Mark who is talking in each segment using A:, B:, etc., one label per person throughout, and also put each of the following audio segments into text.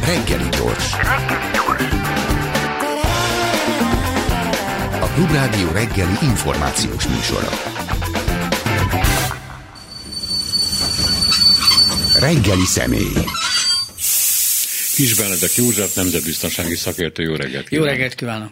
A: Reggeli gyors. A Klubrádió reggeli információs műsora. Reggeli személy.
B: Kis Benedek József, nemzetbiztonsági szakértő, jó reggelt kívánok.
C: Jó reggelt kívánok.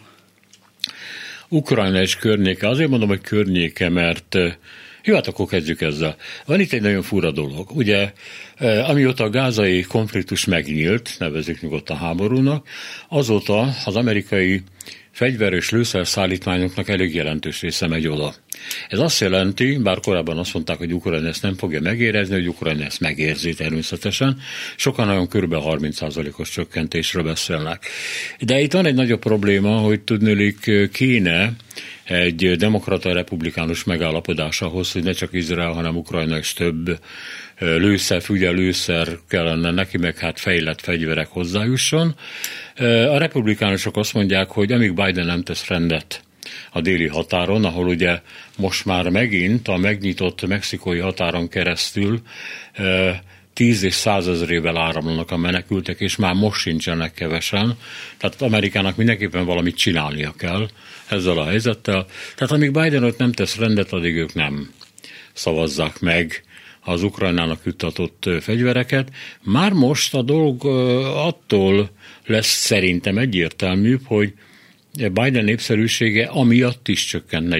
B: Ukrajna és környéke, azért mondom, hogy környéke, mert jó, hát akkor kezdjük ezzel. Van itt egy nagyon fura dolog. Ugye, amióta a gázai konfliktus megnyílt, nevezzük nyugodtan háborúnak, azóta az amerikai fegyver- és lőszerszállítmányoknak elég jelentős része megy oda. Ez azt jelenti, bár korábban azt mondták, hogy Ukrajna ezt nem fogja megérezni, hogy Ukrajna ezt megérzi természetesen, sokan nagyon kb. 30%-os csökkentésről beszélnek. De itt van egy nagyobb probléma, hogy tudniillik kéne egy demokrata-republikánus megállapodás ahhoz, hogy ne csak Izrael, hanem Ukrajna is több lőszer kellene neki, meg hát fejlett fegyverek hozzájusson. A republikánusok azt mondják, hogy amíg Biden nem tesz rendet a déli határon, ahol ugye most már megint a megnyitott mexikói határon keresztül 10 és 100 ezrével áramlanak a menekültek, és már most sincsenek kevesen. Tehát Amerikának mindenképpen valamit csinálnia kell ezzel a helyzettel. Tehát amíg Biden ott nem tesz rendet, addig ők nem szavazzák meg az Ukrajnának juttatott fegyvereket. Már most a dolog attól lesz szerintem egyértelműbb, hogy Biden népszerűsége amiatt is csökkent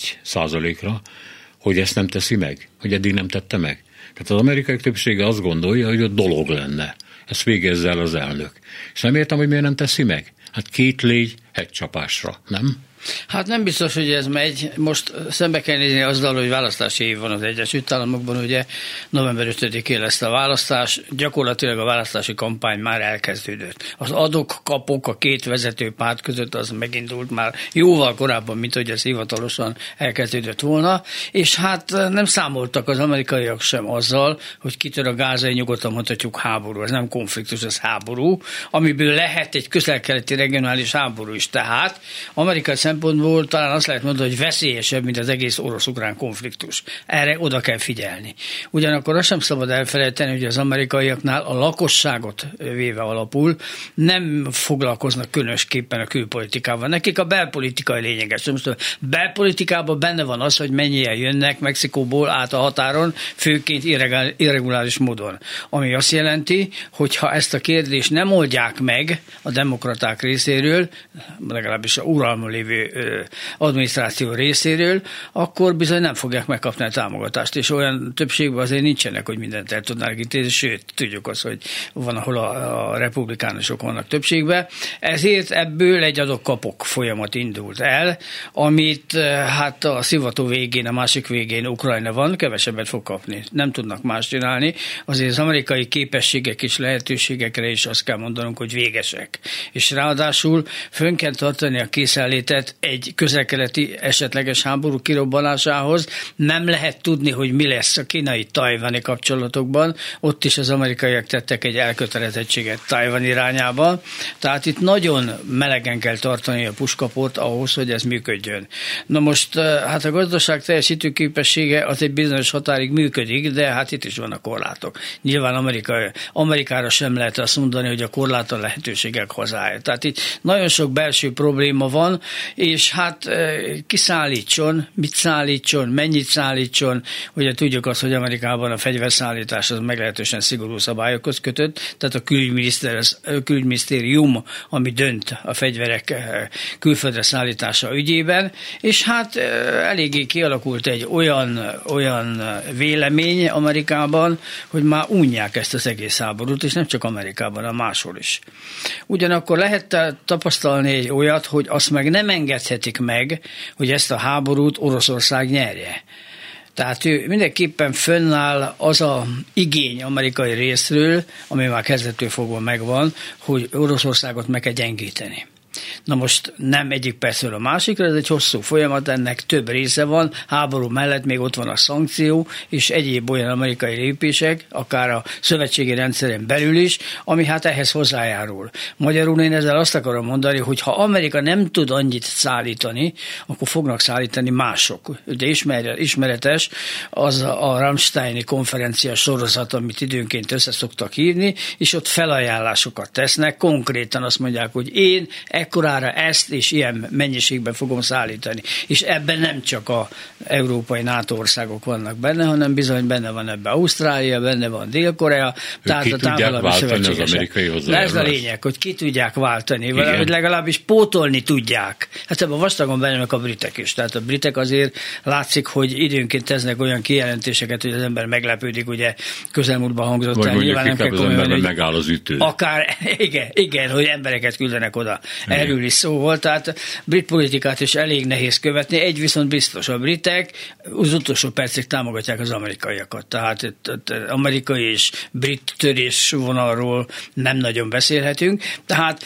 B: 41%-ra, hogy ezt nem teszi meg, hogy eddig nem tette meg. Tehát az amerikai többsége azt gondolja, hogy a dolog lenne. Ezt végezze el az elnök. És nem értem, hogy miért nem teszi meg. Hát 2 légy hegycsapásra, nem?
C: Hát nem biztos, hogy ez megy. Most szembe kell nézni azzal, hogy választási év van az Egyesült Államokban, ugye november 5-én lesz a választás, gyakorlatilag a választási kampány már elkezdődött. Az adok-kapok a 2 vezető párt között az megindult már jóval korábban, mint hogy ez hivatalosan elkezdődött volna, és hát nem számoltak az amerikaiak sem azzal, hogy kitör a gázai, nyugodtan mondhatjuk háború. Ez nem konfliktus, ez háború, amiből lehet egy közel-keleti regionális háború is. Tehát amerikai szempontból talán azt lehet mondani, hogy veszélyesebb, mint az egész orosz-ukrán konfliktus. Erre oda kell figyelni. Ugyanakkor azt sem szabad elfelejteni, hogy az amerikaiaknál a lakosságot véve alapul nem foglalkoznak különösképpen a külpolitikával. Nekik a belpolitikai lényeges. Most a belpolitikában benne van az, hogy mennyien jönnek Mexikóból át a határon, főként irreguláris módon. Ami azt jelenti, hogy ha ezt a kérdést nem oldják meg a demokraták részéről, legalábbis a uralmon lévő adminisztráció részéről, akkor bizony nem fogják megkapni a támogatást, és olyan többségben azért nincsenek, hogy mindent el tudnának intézni, sőt, tudjuk azt, hogy van, ahol a republikánusok vannak többségben. Ezért ebből egy adok-kapok folyamat indult el, amit hát a szivató végén, a másik végén Ukrajna van, kevesebbet fog kapni. Nem tudnak más csinálni. Azért az amerikai képességek és lehetőségekre is azt kell mondanunk, hogy végesek. És ráadásul fönn kell tartani a készenlétet egy közel-keleti esetleges háború kirobbanásához. Nem lehet tudni, hogy mi lesz a kínai-tajvani kapcsolatokban. Ott is az amerikaiak tettek egy elkötelezettséget Tajvan irányába. Tehát itt nagyon melegen kell tartani a puskaport ahhoz, hogy ez működjön. Na most, hát a gazdaság teljesítő képessége az egy bizonyos határig működik, de hát itt is vannak korlátok. Nyilván Amerikára sem lehet azt mondani, hogy a korlát a lehetőségek hazája. Tehát itt nagyon sok belső probléma van, és hát ki szállítson, mit szállítson, mennyit szállítson. Ugye tudjuk azt, hogy Amerikában a fegyverszállítás az meglehetősen szigorú szabályokhoz kötött, tehát a külügyminisztérium, ami dönt a fegyverek külföldre szállítása ügyében, és hát eléggé kialakult egy olyan vélemény Amerikában, hogy már unják ezt az egész háborút, és nem csak Amerikában, hanem máshol is. Ugyanakkor lehet tapasztalni egy olyat, hogy azt meg nem engedhetik meg, hogy ezt a háborút Oroszország nyerje. Tehát ő mindenképpen fönnáll az a igény amerikai részről, ami már kezdettől fogva megvan, hogy Oroszországot meg kell gyengíteni. Na most nem egyik percről a másikra, ez egy hosszú folyamat, ennek több része van, háború mellett még ott van a szankció, és egyéb olyan amerikai lépések, akár a szövetségi rendszeren belül is, ami hát ehhez hozzájárul. Magyarul én ezzel azt akarom mondani, hogy ha Amerika nem tud annyit szállítani, akkor fognak szállítani mások. De ismeretes az a Rammsteini konferencia sorozat, amit időnként össze szoktak hívni, és ott felajánlásokat tesznek, konkrétan azt mondják, hogy én ekkorára ezt és ilyen mennyiségben fogom szállítani. És ebben nem csak az európai NATO országok vannak benne, hanem bizony benne van ebben Ausztrália, benne van Dél-Korea, tehát a távolabbi szövetségesek. Ez a lényeg, hogy ki tudják váltani, vagy legalábbis pótolni tudják. Hát ebben vastagon benne a britek is. Tehát a britek azért látszik, hogy időnként tesznek olyan kijelentéseket, hogy az ember meglepődik, ugye közelmúltban hangzott el.
B: Nyilván nem kell komolyan, hogy megáll az ütő.
C: Akár, igen, hogy embereket küldenek oda. Erről is szó volt, tehát brit politikát is elég nehéz követni. Egy viszont biztos, a britek az utolsó percig támogatják az amerikaiakat. Tehát amerikai és brit törésvonalról nem nagyon beszélhetünk. Tehát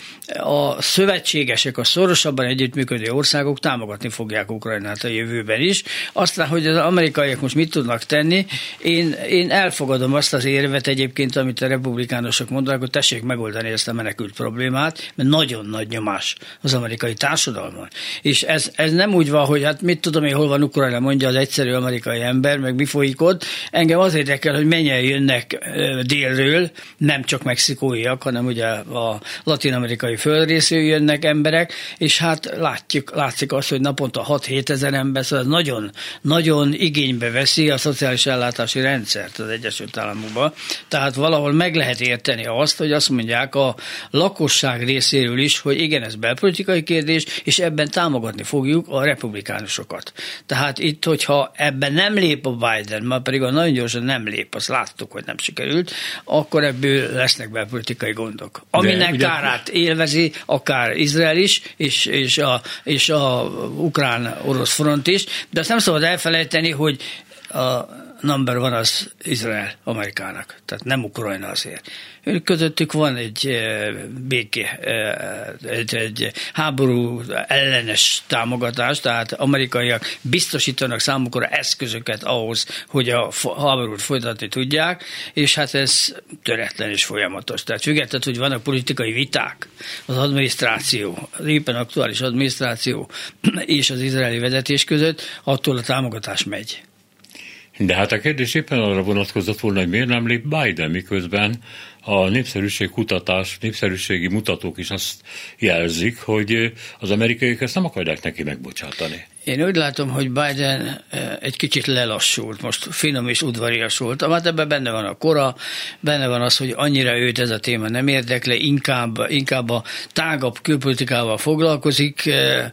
C: a szövetségesek, a szorosabban együttműködő országok támogatni fogják Ukrajnát a jövőben is. Aztán, hogy az amerikaiak most mit tudnak tenni, én elfogadom azt az érvet egyébként, amit a republikánusok mondanak, hogy tessék megoldani ezt a menekült problémát, mert nagyon nagy nyomás az amerikai társadalmon. És ez nem úgy van, hogy hát mit tudom én, hol van Ukrajna, mondja az egyszerű amerikai ember, meg mi folyik ott. Engem az érdekel, hogy mennyien jönnek délről, nem csak mexikóiak, hanem ugye a latin-amerikai földrészről jönnek emberek, és hát látszik azt, hogy naponta 6-7 ezer ember, szóval nagyon, nagyon igénybe veszi a szociális ellátási rendszert az Egyesült Államokban. Tehát valahol meg lehet érteni azt, hogy azt mondják a lakosság részéről is, hogy igen, ez belpolitikai kérdés, és ebben támogatni fogjuk a republikánusokat. Tehát itt, hogyha ebben nem lép a Biden, már pedig nagyon gyorsan nem lép, azt láttuk, hogy nem sikerült, akkor ebből lesznek belpolitikai gondok. Aminek kárát élvezi akár Izrael is, és a ukrán-orosz front is, de azt nem szabad elfelejteni, hogy a number one az Izrael Amerikának, tehát nem Ukrajna azért. Ők közöttük van egy béke, egy háború ellenes támogatás, tehát amerikaiak biztosítanak számukra eszközöket ahhoz, hogy a háborút folytatni tudják, és hát ez töretlen és folyamatos. Tehát függetlenül, hogy vannak politikai viták, az adminisztráció, az éppen aktuális adminisztráció és az izraeli vezetés között, attól a támogatás megy.
B: De hát a kérdés éppen arra vonatkozott volna, hogy miért nem lép Biden, miközben a népszerűségkutatás, népszerűségi mutatók is azt jelzik, hogy az amerikaiak ezt nem akarják neki megbocsátani.
C: Én úgy látom, hogy Biden egy kicsit lelassult, most finom és udvariasult. Hát ebben benne van a kora, benne van az, hogy annyira őt ez a téma nem érdekli, inkább a tágabb külpolitikával foglalkozik.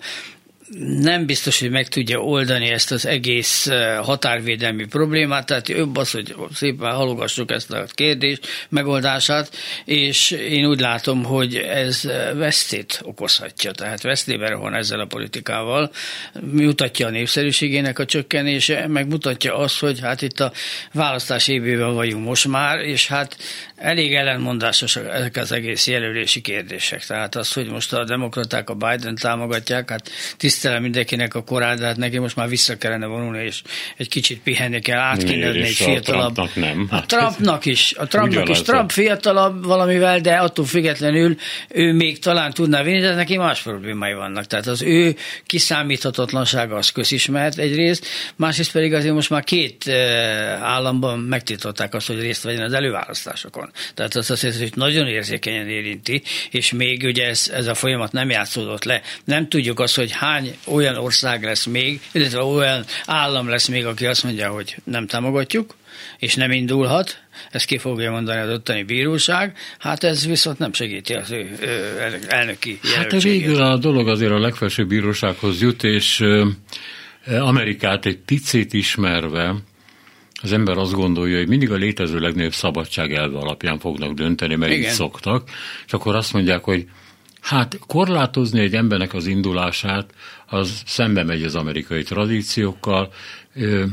C: Nem biztos, hogy meg tudja oldani ezt az egész határvédelmi problémát, tehát jobb az, hogy szépen halogassuk ezt a kérdést megoldását, és én úgy látom, hogy ez vesztét okozhatja, tehát vesztében van ezzel a politikával, mutatja a népszerűségének a csökkenése, meg mutatja azt, hogy hát itt a választás évében vagyunk most már, és hát elég ellenmondásos ezek az egész jelölési kérdések. Tehát az, hogy most a demokraták a Biden támogatják, hát tisztelem mindenkinek a korát, de hát neki most már vissza kellene vonulni, és egy kicsit pihenni kell, át kéne adni egy fiatalabb.
B: A Trumpnak nem.
C: Hát Trumpnak is. Trump fiatalabb valamivel, de attól függetlenül ő még talán tudná vinni, de neki más problémái vannak. Tehát az ő kiszámíthatatlansága az közismert egyrészt, másrészt pedig azért most már 2 államban megtiltották azt, hogy részt vegyen az előválasztásokon. Tehát az azt hiszem, hogy nagyon érzékenyen érinti, és még ugye ez a folyamat nem játszódott le. Nem tudjuk azt, hogy hány olyan ország lesz még, illetve olyan állam lesz még, aki azt mondja, hogy nem támogatjuk, és nem indulhat, ezt ki fogja mondani az ottani bíróság, hát ez viszont nem segíti az ő elnöki jelöltségét.
B: Hát végül a dolog azért a legfelsőbb bírósághoz jut, és Amerikát egy picit ismerve az ember azt gondolja, hogy mindig a létező legnagyobb szabadság elve alapján fognak dönteni, mert így szoktak, és akkor azt mondják, hogy hát korlátozni egy embernek az indulását, az szembe megy az amerikai tradíciókkal,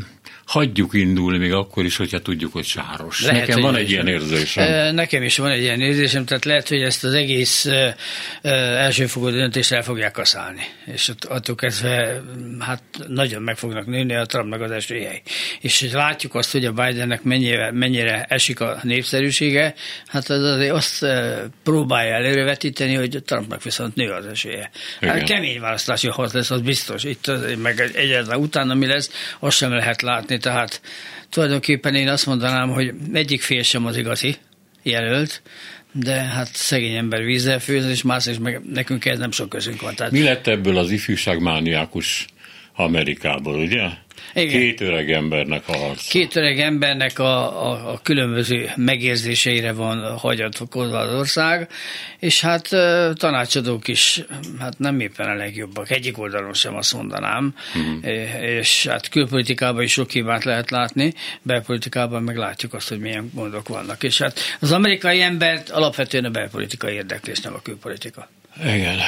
B: hagyjuk indulni még akkor is, hogyha tudjuk, hogy sáros.
C: Lehet,
B: nekem van egy ilyen érzésem.
C: Nekem is van egy ilyen érzésem, tehát lehet, hogy ezt az egész elsőfokú döntést el fogják kaszálni. És attól kezdve hát nagyon meg fognak nőni a Trumpnak az esélyei. És látjuk azt, hogy a Bidennek mennyire esik a népszerűsége, hát az azért azt próbálja előrevetíteni, hogy Trumpnak viszont nő az esélye. Hát kemény választási harc lesz, az biztos. Itt meg egyáltalán utána mi lesz, azt sem lehet látni. Tehát tulajdonképpen én azt mondanám, hogy egyik fél sem az igazi jelölt, de hát szegény ember vízzel főz, és más, és meg nekünk ez nem sok közünk van. Tehát...
B: Mi lett ebből az ifjúságmániákus Amerikából, ugye? Igen. Két öreg embernek a harca.
C: Két öreg embernek a különböző megérzéseire van hagyatkozva az ország, és hát tanácsadók is hát nem éppen a legjobbak. Egyik oldalon sem azt mondanám, és hát külpolitikában is sok hibát lehet látni, belpolitikában meg látjuk azt, hogy milyen gondok vannak. És hát az amerikai embert alapvetően a belpolitika érdeklés, nem a külpolitika.
B: Igen.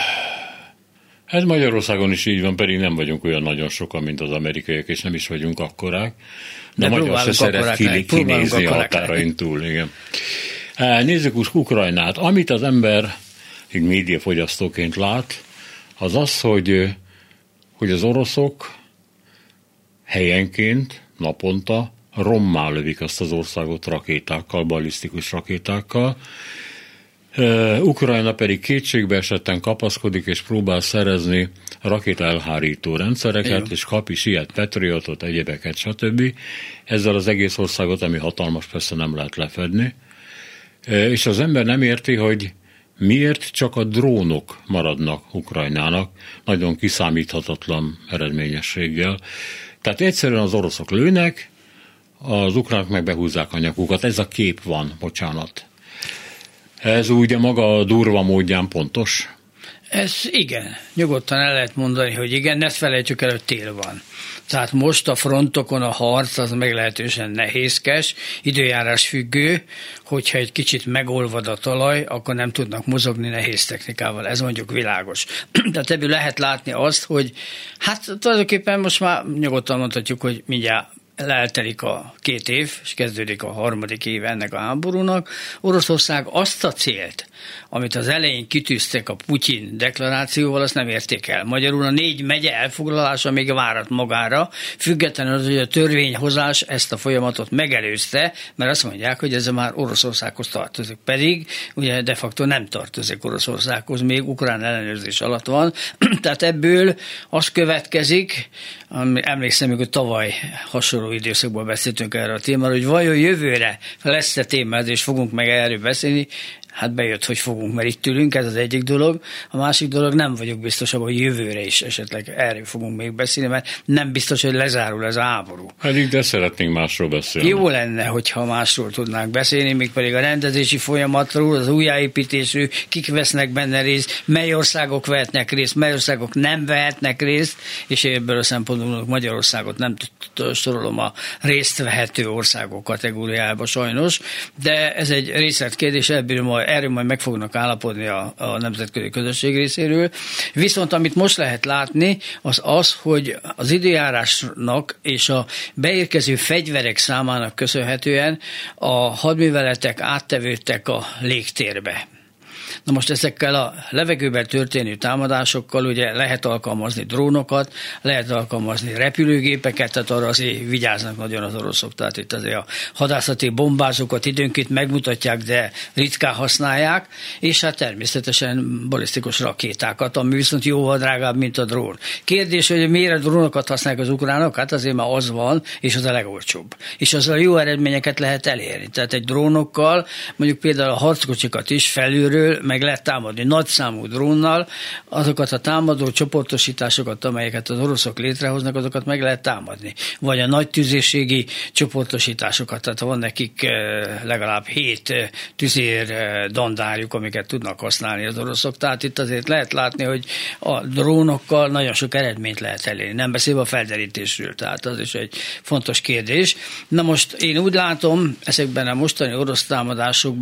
B: Ez Magyarországon is így van, pedig nem vagyunk olyan nagyon sokan, mint az amerikaiak, és nem is vagyunk akkorák. De magyar se szeret kinézni a határain túl. Igen. Nézzük úgy Ukrajnát. Amit az ember így médiafogyasztóként lát, az az, hogy az oroszok helyenként, naponta rommá lövik azt az országot rakétákkal, ballisztikus rakétákkal. Ukrajna pedig kétségbe esetten kapaszkodik, és próbál szerezni rakéta elhárító rendszereket, és kap is ilyet, Patriotot, egyebeket, stb. Ezzel az egész országot, ami hatalmas, persze nem lehet lefedni. És az ember nem érti, hogy miért csak a drónok maradnak Ukrajnának nagyon kiszámíthatatlan eredményességgel. Tehát egyszerűen az oroszok lőnek, az ukránok meg behúzzák a nyakukat. Ez a kép van, bocsánat. Ez úgy a maga durva módján pontos?
C: Ez igen. Nyugodtan el lehet mondani, hogy igen, ne felejtjük el, hogy tél van. Tehát most a frontokon a harc az meglehetősen nehézkes, időjárás függő, hogyha egy kicsit megolvad a talaj, akkor nem tudnak mozogni nehéz technikával. Ez mondjuk világos. Tehát ebből lehet látni azt, hogy hát tulajdonképpen most már nyugodtan mondhatjuk, hogy mindjárt eltelik a 2 év, és kezdődik a 3. év ennek a háborúnak. Oroszország azt a célt, amit az elején kitűztek a Putyin deklarációval, azt nem érték el. Magyarul a 4 megye elfoglalása még várat magára, függetlenül az, hogy a törvényhozás ezt a folyamatot megelőzte, mert azt mondják, hogy ez már Oroszországhoz tartozik. Pedig ugye de facto nem tartozik Oroszországhoz, még ukrán ellenőrzés alatt van. Tehát ebből az következik, emlékszem, hogy tavaly hasonló időszakban beszéltünk erről a témáról, hogy vajon jövőre lesz-e témád, és fogunk meg erről beszélni. Hát bejött, hogy fogunk, mert itt ülünk, ez az egyik dolog. A másik dolog, nem vagyok biztos abban, hogy jövőre is esetleg erről fogunk még beszélni, mert nem biztos, hogy lezárul ez a háború.
B: Pedig de szeretnénk másról beszélni.
C: Jó lenne, hogyha másról tudnánk beszélni, még pedig a rendezési folyamatról, az újjáépítésről, kik vesznek benne részt, mely országok vehetnek részt, mely országok nem vehetnek részt, és ebből a szempontból Magyarországot nem sorolom a részt vehető országok kategóriába sajnos, de ez egy részletkérdés, erről majd meg fognak állapodni a nemzetközi közösség részéről. Viszont amit most lehet látni, az az, hogy az időjárásnak és a beérkező fegyverek számának köszönhetően a hadműveletek áttevődtek a légtérbe. Na most ezekkel a levegőben történő támadásokkal ugye lehet alkalmazni drónokat, lehet alkalmazni repülőgépeket, tehát arra azért vigyáznak nagyon az oroszok, tehát itt azért a hadászati bombázókat időnként megmutatják, de ritkán használják, és hát természetesen balisztikus rakétákat, ami viszont jóval drágább, mint a drón. Kérdés, hogy miért a drónokat használják az ukránok? Hát azért már az van, és az a legolcsóbb. És azzal jó eredményeket lehet elérni. Tehát egy drónokkal, mondjuk például a harckocsikat is felülről meg lehet támadni nagyszámú drónnal, azokat a támadó csoportosításokat, amelyeket az oroszok létrehoznak, azokat meg lehet támadni. Vagy a nagy tüzérségi csoportosításokat, tehát van nekik legalább 7 tüzér dandárjuk, amiket tudnak használni az oroszok. Tehát itt azért lehet látni, hogy a drónokkal nagyon sok eredményt lehet elérni. Nem beszélve a felderítésről, tehát az is egy fontos kérdés. Na most én úgy látom, ezekben a mostani orosz támadásokban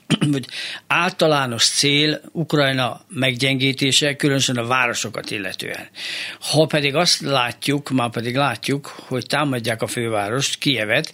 C: hogy általános cél Ukrajna meggyengítése, különösen a városokat illetően. Ha pedig azt látjuk, hogy támadják a fővárost, Kijevet,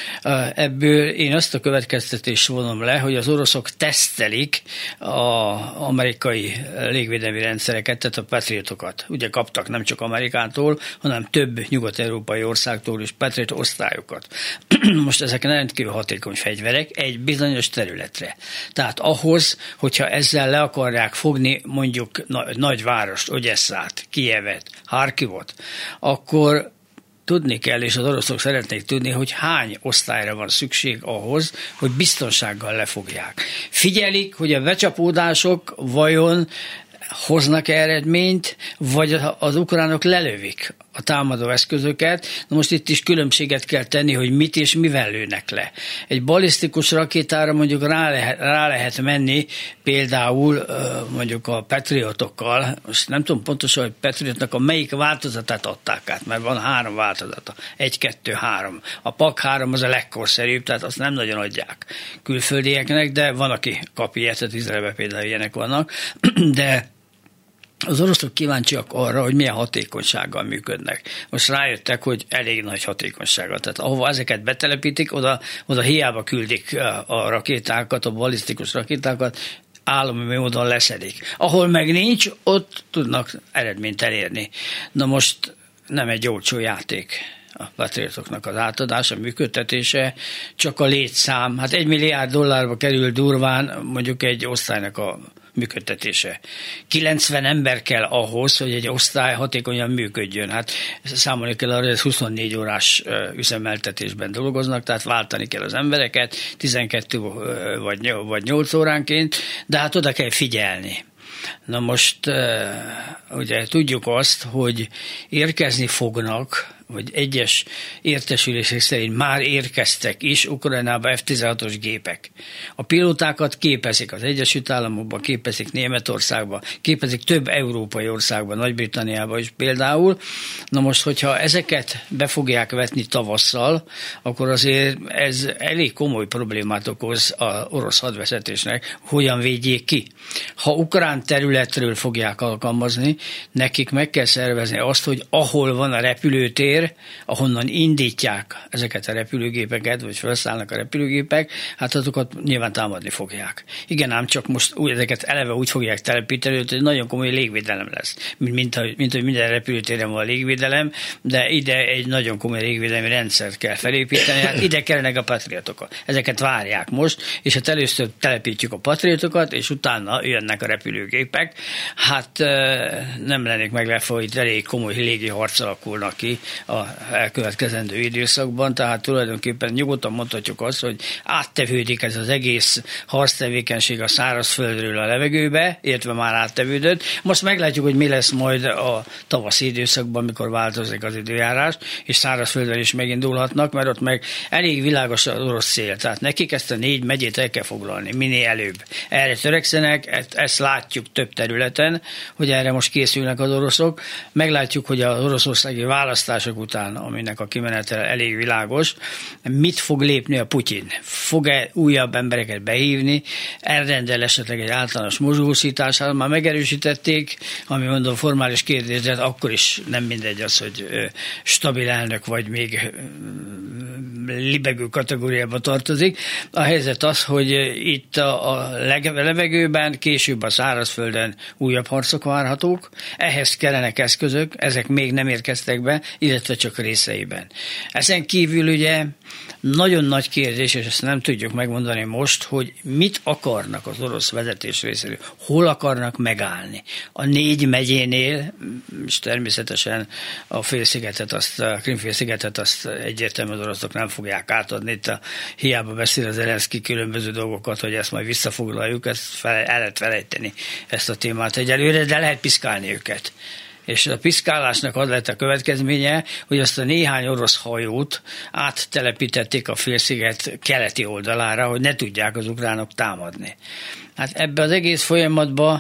C: ebből én azt a következtetést vonom le, hogy az oroszok tesztelik az amerikai légvédelmi rendszereket, tehát a Patriotokat. Ugye kaptak nem csak Amerikától, hanem több nyugat-európai országtól is Patriot osztályokat. Most ezek rendkívül hatékony fegyverek egy bizonyos területre. Tehát ahhoz, hogyha ezzel le akarják fogni mondjuk nagyvárost, Odyesszát, Kijevet, Harkivot, akkor tudni kell, és az oroszok szeretnék tudni, hogy hány osztályra van szükség ahhoz, hogy biztonsággal lefogják. Figyelik, hogy a becsapódások vajon hoznak eredményt, vagy az ukránok lelövik a támadó eszközöket. Na most itt is különbséget kell tenni, hogy mit és mivel lőnek le. Egy balisztikus rakétára mondjuk rá lehet menni például mondjuk a Patriotokkal, most nem tudom pontosan, hogy Patriotnak a melyik változatát adták át, mert van 3 változata, 1, 2, 3. A PAK 3 az a legkorszerűbb, tehát azt nem nagyon adják külföldieknek, de van, aki kap ilyet, tehát Izraelben például ilyenek vannak, de az oroszok kíváncsiak arra, hogy milyen hatékonysággal működnek. Most rájöttek, hogy elég nagy hatékonysággal. Tehát ahova ezeket betelepítik, oda hiába küldik a rakétákat, a balisztikus rakétákat, állami módon leszedik. Ahol meg nincs, ott tudnak eredményt elérni. Na most nem egy olcsó játék a Patriotoknak az átadása, működtetése, csak a létszám. Hát $1 milliárd kerül durván mondjuk egy osztálynak a működtetése. 90 ember kell ahhoz, hogy egy osztály hatékonyan működjön. Hát számolni kell arra, hogy 24 órás üzemeltetésben dolgoznak, tehát váltani kell az embereket 12 vagy 8 óránként, de hát oda kell figyelni. Na most ugye tudjuk azt, hogy érkezni fognak, vagy egyes értesülések szerint már érkeztek is Ukrajnába F-16-os gépek. A pilótákat képezik az Egyesült Államokban, képezik Németországban, képezik több európai országban, Nagy-Britanniában is például. Na most, hogyha ezeket be fogják vetni tavasszal, akkor azért ez elég komoly problémát okoz az orosz hadvezetésnek, hogyan védjék ki. Ha ukrán területről fogják alkalmazni, nekik meg kell szervezni azt, hogy ahol van a repülőtér, ahonnan indítják ezeket a repülőgépeket, vagy felszállnak a repülőgépek, hát azokat nyilván támadni fogják. Igen, ám csak most ezeket eleve úgy fogják telepíteni, hogy nagyon komoly légvédelem lesz. Mint hogy minden repülőtéren van légvédelem, de ide egy nagyon komoly légvédelmi rendszert kell felépíteni, hát ide kellenek a patriotokat. Ezeket várják most, és hát először telepítjük a patriotokat, és utána jönnek a repülőgépek. Hát nem lennék meglepve, hogy elég komoly légi harc alakulnak ki a elkövetkezendő időszakban, tehát tulajdonképpen nyugodtan mondhatjuk azt, hogy áttevődik ez az egész harctevékenység a szárazföldről a levegőbe, illetve már áttevődött. Most meglátjuk, hogy mi lesz majd a tavaszi időszakban, mikor változik az időjárás, és szárazföldön is megindulhatnak, mert ott meg elég világos az orosz cél. Tehát nekik ezt a 4 megyét el kell foglalni, minél előbb. Erre törekszenek, ezt látjuk több területen, hogy erre most készülnek az oroszok. Meglátjuk, hogy az oroszországi választások után, aminek a kimenetele elég világos, mit fog lépni a Putyin? Fog-e újabb embereket behívni? Elrendel esetleg egy általános mozgósítását? Már megerősítették, ami mondom formális kérdés, de akkor is nem mindegy az, hogy stabil elnök vagy még libegő kategóriába tartozik. A helyzet az, hogy itt a levegőben, később a szárazföldön újabb harcok várhatók. Ehhez kellenek eszközök, ezek még nem érkeztek be, illetve csak részeiben. Ezen kívül ugye nagyon nagy kérdés, és ezt nem tudjuk megmondani most, hogy mit akarnak az orosz vezetés részéről, hol akarnak megállni. A 4 megyénél, és természetesen a Krím-félszigetet azt egyértelműen az oroszok nem fogják átadni. Itt hiába beszél az Zelenszky különböző dolgokat, hogy ezt majd visszafoglaljuk, ezt el lehet felejteni ezt a témát egyelőre, de lehet piszkálni őket. És a piszkálásnak az lett a következménye, hogy azt a néhány orosz hajót áttelepítették a félsziget keleti oldalára, hogy ne tudják az ukránok támadni. Hát ebbe az egész folyamatban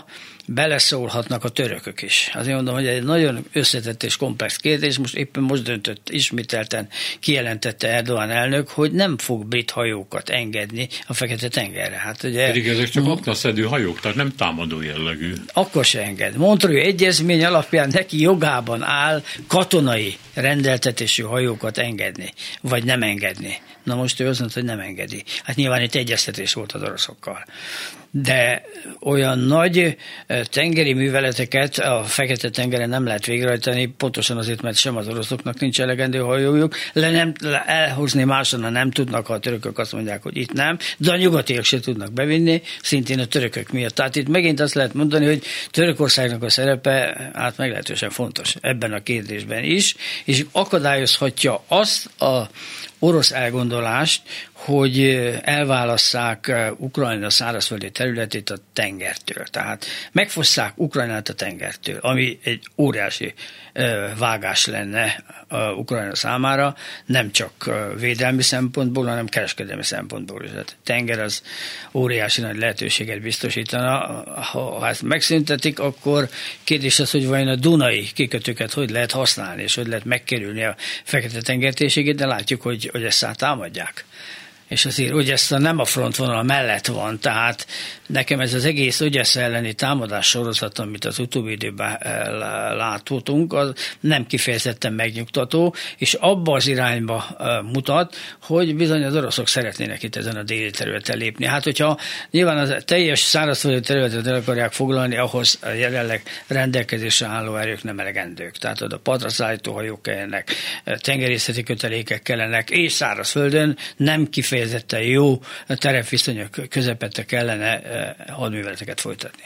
C: beleszólhatnak a törökök is. Azért mondom, hogy egy nagyon összetett és komplex kérdés, most döntött, ismételten kijelentette Erdogan elnök, hogy nem fog brit hajókat engedni a Fekete-tengerre. Hát ugye,
B: pedig ezek csak aknaszedő hajók, tehát nem támadó jellegű.
C: Akkor se enged. Montreux egyezmény alapján neki jogában áll katonai rendeltetésű hajókat engedni, vagy nem engedni. Na most ő azt mondta, hogy nem engedi. Hát nyilván itt egyeztetés volt az oroszokkal. De olyan nagy tengeri műveleteket a Fekete-tengeren nem lehet végrehajtani, pontosan azért, mert sem az oroszoknak nincs elegendő hajójuk, elhozni máshonnan nem tudnak, ha a törökök azt mondják, hogy itt nem, de a nyugatiak se tudnak bevinni, szintén a törökök miatt. Tehát itt megint azt lehet mondani, hogy Törökországnak a szerepe hát meglehetősen fontos ebben a kérdésben is, és akadályozhatja azt a orosz elgondolást, hogy elválasszák Ukrajna szárazföldi területét a tengertől. Tehát megfosszák Ukrajnát a tengertől, ami egy óriási vágás lenne Ukrajna számára, nem csak védelmi szempontból, hanem kereskedelmi szempontból is. A tenger az óriási nagy lehetőséget biztosítana. Ha ezt megszüntetik, akkor kérdés az, hogy vajon a Dunai kikötőket hogy lehet használni, és hogy lehet megkerülni a Fekete-tenger térségét, de látjuk, hogy ezt támadják. És azért Odessza nem a frontvonal mellett van, tehát nekem ez az egész Odessza elleni támadás sorozat, amit az utóbbi időben láthatunk, az nem kifejezetten megnyugtató, és abba az irányba mutat, hogy bizony az oroszok szeretnének itt ezen a déli területen lépni. Hát hogyha nyilván az teljes szárazföldi területet el akarják foglalni, ahhoz a jelenleg rendelkezésre álló erők nem elegendők. Tehát oda partra szállító hajók kellenek, tengerészeti kötelékek kellenek, és szárazföldön nem kifejezetten jó terepviszonyok közepette kellene hadműveleteket folytatni.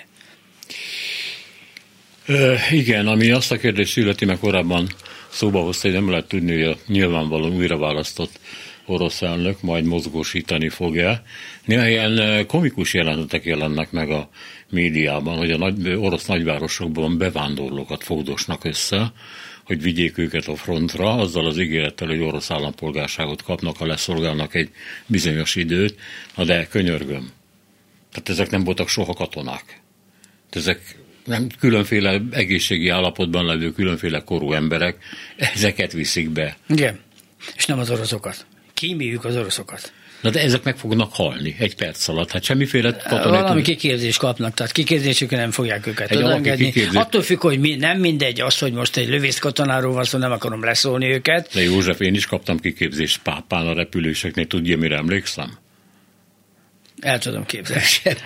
B: Igen, ami azt a kérdést illeti, meg korábban szóba hozta, hogy nem lehet tudni, hogy a nyilvánvalóan újra választott orosz elnök majd mozgósítani fogja. Néha ilyen komikus jelenetek jelennek meg a médiában, hogy a orosz nagyvárosokban bevándorlókat fogdosnak össze, hogy vigyék őket a frontra, azzal az ígérettel, hogy orosz állampolgárságot kapnak, ha leszolgálnak egy bizonyos időt, de könyörgöm. Tehát ezek nem voltak soha katonák. Ezek nem különféle egészségi állapotban levő, különféle korú emberek, ezeket viszik be.
C: Igen, és nem az oroszokat. Kíméljük az oroszokat.
B: Na de ezek meg fognak halni egy perc alatt. Hát semmiféle katonai...
C: Valami kiképzést kapnak, tehát kiképzésükre nem fogják őket engedni. Attól függ, hogy nem mindegy az, hogy most egy lövész katonáról van szó, nem akarom leszólni őket.
B: De József, én is kaptam kiképzést Pápán a repüléseknél, tudja, mire emlékszem?
C: El tudom képzelni.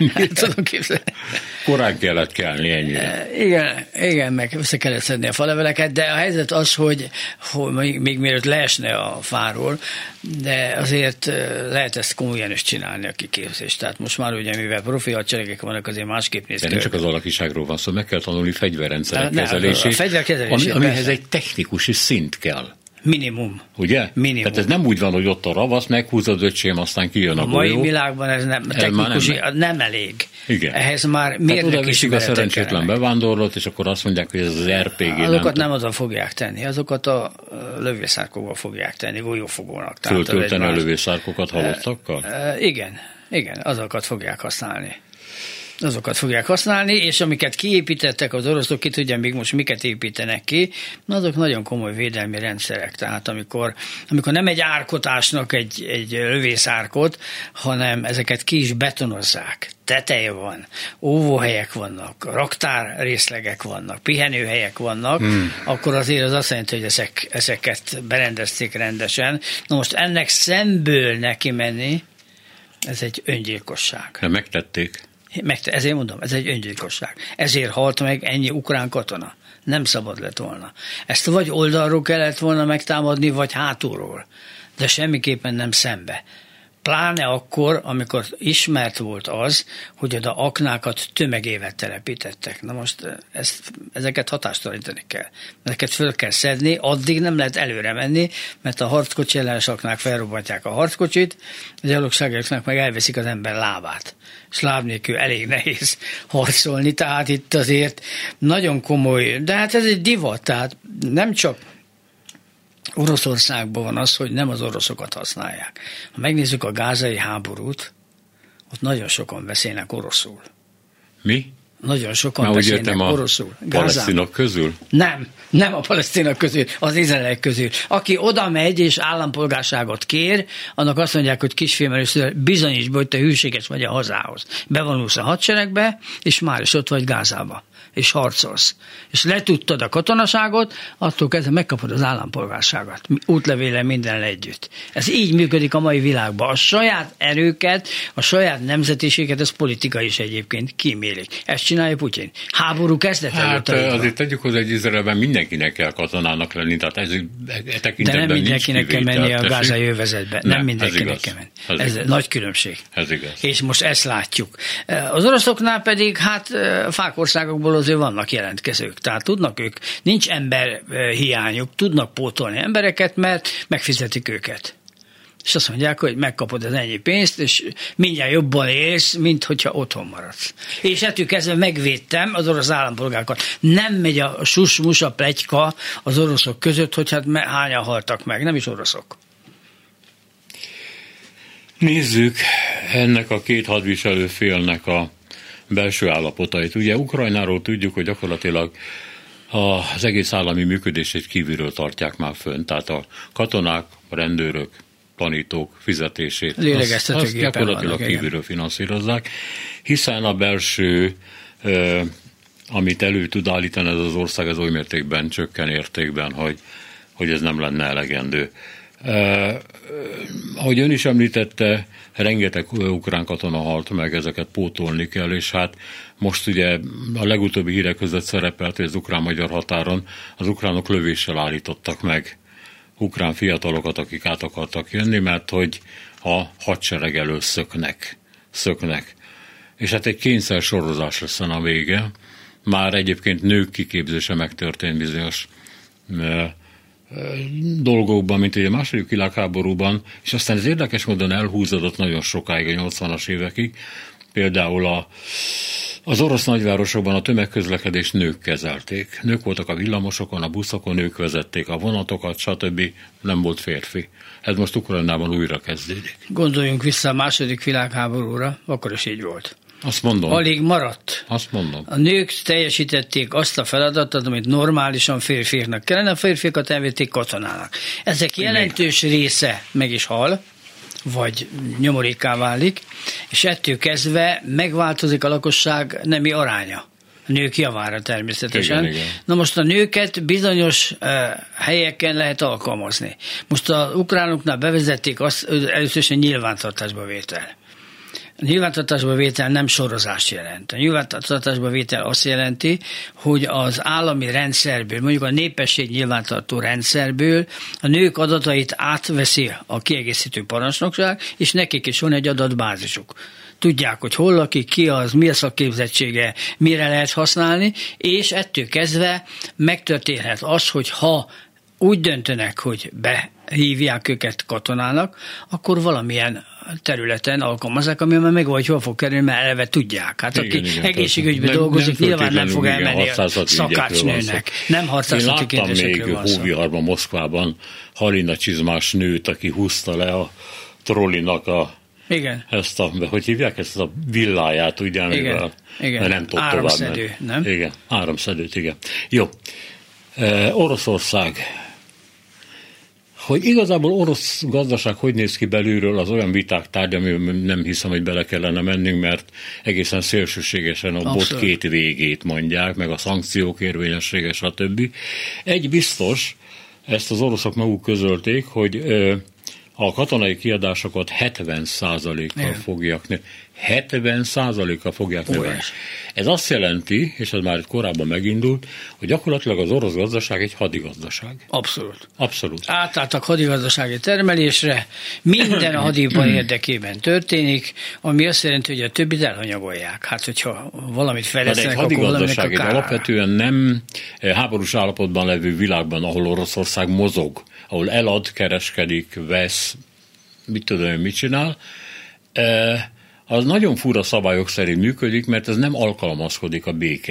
B: Korán kellett kelni ennyire.
C: Igen, meg össze kellett szedni a faleveleket, de a helyzet az, hogy még mielőtt leesne a fáról, de azért lehet ezt komolyan is csinálni a kiképzést. Tehát most már ugye, mivel profi hadseregek vannak, azért másképp néz ki.
B: De nem csak az alakiságról van szó, meg kell tanulni fegyverrendszerek kezelését, amihez egy technikusi szint kell.
C: Minimum.
B: Ugye?
C: Minimum.
B: Tehát ez nem úgy van, hogy ott a ravasz, meghúzod öcsém, aztán kijön a golyó.
C: A mai világban ez nem, technikusi nem elég.
B: Igen.
C: Ehhez már mérnök is
B: a szerencsétlen bevándorlót, és akkor azt mondják, hogy ez az RPG.
C: Azokat nem oda fogják tenni, azokat a lövészárkokba fogják tenni, golyófogónak.
B: Föltölteni a lövészárkokat halottakkal?
C: Igen, azokat fogják használni. És amiket kiépítettek az oroszok, ki tudja még most miket építenek ki, azok nagyon komoly védelmi rendszerek. Tehát amikor nem egy árkot ásnak, egy lövészárkot, hanem ezeket ki is betonozzák. Teteje van, óvóhelyek vannak, raktárrészlegek vannak, pihenőhelyek vannak, akkor azért az azt jelenti, hogy ezeket berendezték rendesen. Na most ennek szemből neki menni, ez egy öngyilkosság.
B: De megtették.
C: Ezért mondom, ez egy öngyilkosság. Ezért halt meg ennyi ukrán katona. Nem szabad lett volna. Ezt vagy oldalról kellett volna megtámadni, vagy hátulról. De semmiképpen nem szembe. Pláne akkor, amikor ismert volt az, hogy oda aknákat tömegével telepítettek. Na most ezeket hatástalanítani kell. Ezeket föl kell szedni, addig nem lehet előre menni, mert a harckocsi ellenes aknák felrobbantják a harckocsit, a gyalogságoknak meg elveszik az ember lábát. És láb nélkül elég nehéz harcolni, tehát itt azért nagyon komoly, de hát ez egy divat, tehát nem csak Oroszországban van az, hogy nem az oroszokat használják. Ha megnézzük a gázai háborút, ott nagyon sokan beszélnek oroszul.
B: Mi?
C: nagyon sokan beszélnek oroszul.
B: Palesztinok közül?
C: Nem a palesztinok közül, az izraeliek közül. Aki oda megy és állampolgárságot kér, annak azt mondják, hogy kisfiam, először bizonyíts be, hogy te hűséges vagy a hazához. Bevonulsz a hadseregbe, és már is ott vagy Gázába, és harcolsz. És letudtad a katonaságot, attól kezdve megkapod az állampolgárságot. Útlevéle mindennel együtt. Ez így működik a mai világban. A saját erőket, a saját nemzetiséget, ez politika is egyébként kímélik. Ezt csinálja Putyin. Háború kezdete.
B: Azért tegyük hozzá, hogy Izraelben mindenkinek kell katonának lenni, tehát ez tekintetben.
C: De nem mindenkinek kell menni a gázai övezetbe. Nem mindenkinek kell menni. Ez nagy különbség.
B: Ez igaz.
C: És most ezt látjuk. Az oroszoknál pedig fákországokból azért vannak jelentkezők. Tehát tudnak ők, nincs ember hiányuk, tudnak pótolni embereket, mert megfizetik őket. És azt mondják, hogy megkapod az ennyi pénzt, és mindjárt jobban élsz, mint hogyha otthon maradsz. És ettől kezdve megvédtem az orosz állampolgárokat. Nem megy a sus-musa pletyka az oroszok között, hogy hát hányan haltak meg, nem is oroszok.
B: Nézzük ennek a két hadviselő félnek a belső állapotait. Ugye Ukrajnáról tudjuk, hogy gyakorlatilag az egész állami működését kívülről tartják már fönn. Tehát a katonák, a rendőrök, tanítók fizetését azt gyakorlatilag kívülről finanszírozzák, hiszen a belső, amit elő tud állítani ez az ország, az oly mértékben csökken értékben, hogy ez nem lenne elegendő. Ahogy ön is említette, rengeteg ukrán katona halt meg, ezeket pótolni kell, és hát most ugye a legutóbbi hírek között szerepelt, hogy az ukrán-magyar határon az ukránok lövéssel állítottak meg ukrán fiatalokat, akik át akartak jönni, mert hogy a hadsereg elől szöknek. És hát egy kényszer sorozás lesz a vége. Már egyébként nők kiképzése megtörtént bizonyos dolgokban, mint ugye a második világháborúban, és aztán ez érdekes módon elhúzódott nagyon sokáig, a 80-as évekig. Például az orosz nagyvárosokban a tömegközlekedést nők kezelték. Nők voltak a villamosokon, a buszokon, nők vezették a vonatokat, stb. Nem volt férfi. Ez most Ukrajnában újra kezdődik.
C: Gondoljunk vissza a második világháborúra, akkor is így volt.
B: Azt mondom.
C: Alig maradt.
B: Azt mondom.
C: A nők teljesítették azt a feladatot, amit normálisan férfiaknak kellene, a férfiakat elvették katonának. Ezek jelentős része meg is hal, vagy nyomorékká válik, és ettől kezdve megváltozik a lakosság nemi aránya. A nők javára természetesen. Igen. Na most a nőket bizonyos helyeken lehet alkalmazni. Most az ukránoknál bevezették azt, először is a nyilvántartásba vétel. A nyilvántartásba vétel nem sorozást jelent. A nyilvántartásba vétel azt jelenti, hogy az állami rendszerből, mondjuk a népesség nyilvántartó rendszerből a nők adatait átveszi a kiegészítő parancsnokság, és nekik is van egy adatbázisuk. Tudják, hogy hol lakik, ki az, mi a szakképzettsége, mire lehet használni, és ettől kezdve megtörténhet az, hogy ha úgy döntenek, hogy behívják őket katonának, akkor valamilyen területen alkalmazzák, amiben meg vagy hol fog kerülni, mert eleve tudják. Hát aki egészségügyben dolgozik, nyilván nem fog elmenni a szakácsnőnek. Nem harcászati kérdésekről van szó. Én láttam még Hóviharban, Moszkvában
B: Halina csizmás nőt, aki húzta le a trollinak
C: igen.
B: Hogy hívják ezt a villáját, ugye, amivel nem tud tovább menni.
C: Nem?
B: Igen, áramszedőt, igen. Jó. Oroszország. Hogy igazából orosz gazdaság hogy néz ki belülről, az olyan viták tárgya, amiben nem hiszem, hogy bele kellene mennünk, mert egészen szélsőségesen a bot két végét mondják, meg a szankciók érvényessége, stb. Egy biztos, ezt az oroszok maguk közölték, hogy a katonai kiadásokat 70%-kal fogják növelni. 70%-kal fogják növelni. Ez azt jelenti, és ez már korábban megindult, hogy gyakorlatilag az orosz gazdaság egy hadigazdaság. Abszolút. Átálltak
C: hadigazdasági termelésre, minden a hadipar érdekében történik, ami azt jelenti, hogy a többit elhanyagolják. Hát, hogyha valamit fejlesztenek, akkor valaminek a kárára.
B: Alapvetően nem háborús állapotban levő világban, ahol Oroszország mozog, ahol elad, kereskedik, vesz, mit csinál, az nagyon fura szabályok szerint működik, mert ez nem alkalmazkodik a